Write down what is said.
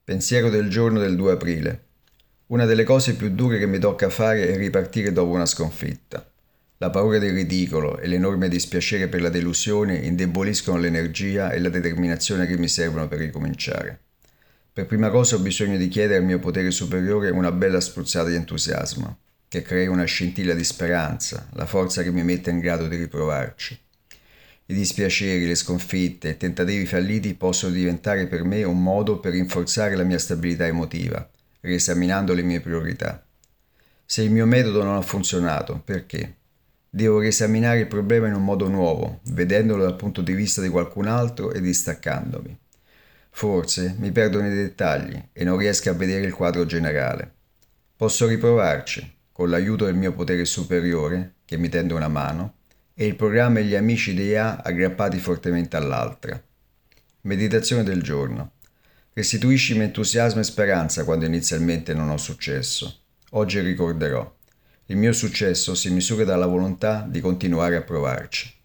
Pensiero del giorno del 2 aprile. Una delle cose più dure che mi tocca fare è ripartire dopo una sconfitta. La paura del ridicolo e l'enorme dispiacere per la delusione indeboliscono l'energia e la determinazione che mi servono per ricominciare. Per prima cosa ho bisogno di chiedere al mio potere superiore una bella spruzzata di entusiasmo, che crei una scintilla di speranza, la forza che mi metta in grado di riprovarci. I dispiaceri, le sconfitte e i tentativi falliti possono diventare per me un modo per rinforzare la mia stabilità emotiva, riesaminando le mie priorità. Se il mio metodo non ha funzionato, perché? Devo riesaminare il problema in un modo nuovo, vedendolo dal punto di vista di qualcun altro e distaccandomi. Forse mi perdo nei dettagli e non riesco a vedere il quadro generale. Posso riprovarci, con l'aiuto del mio potere superiore, che mi tende una mano, e il programma e gli amici di A aggrappati fortemente all'altra. Meditazione del giorno. Restituiscimi entusiasmo e speranza quando inizialmente non ho successo. Oggi ricorderò. Il mio successo si misura dalla volontà di continuare a provarci.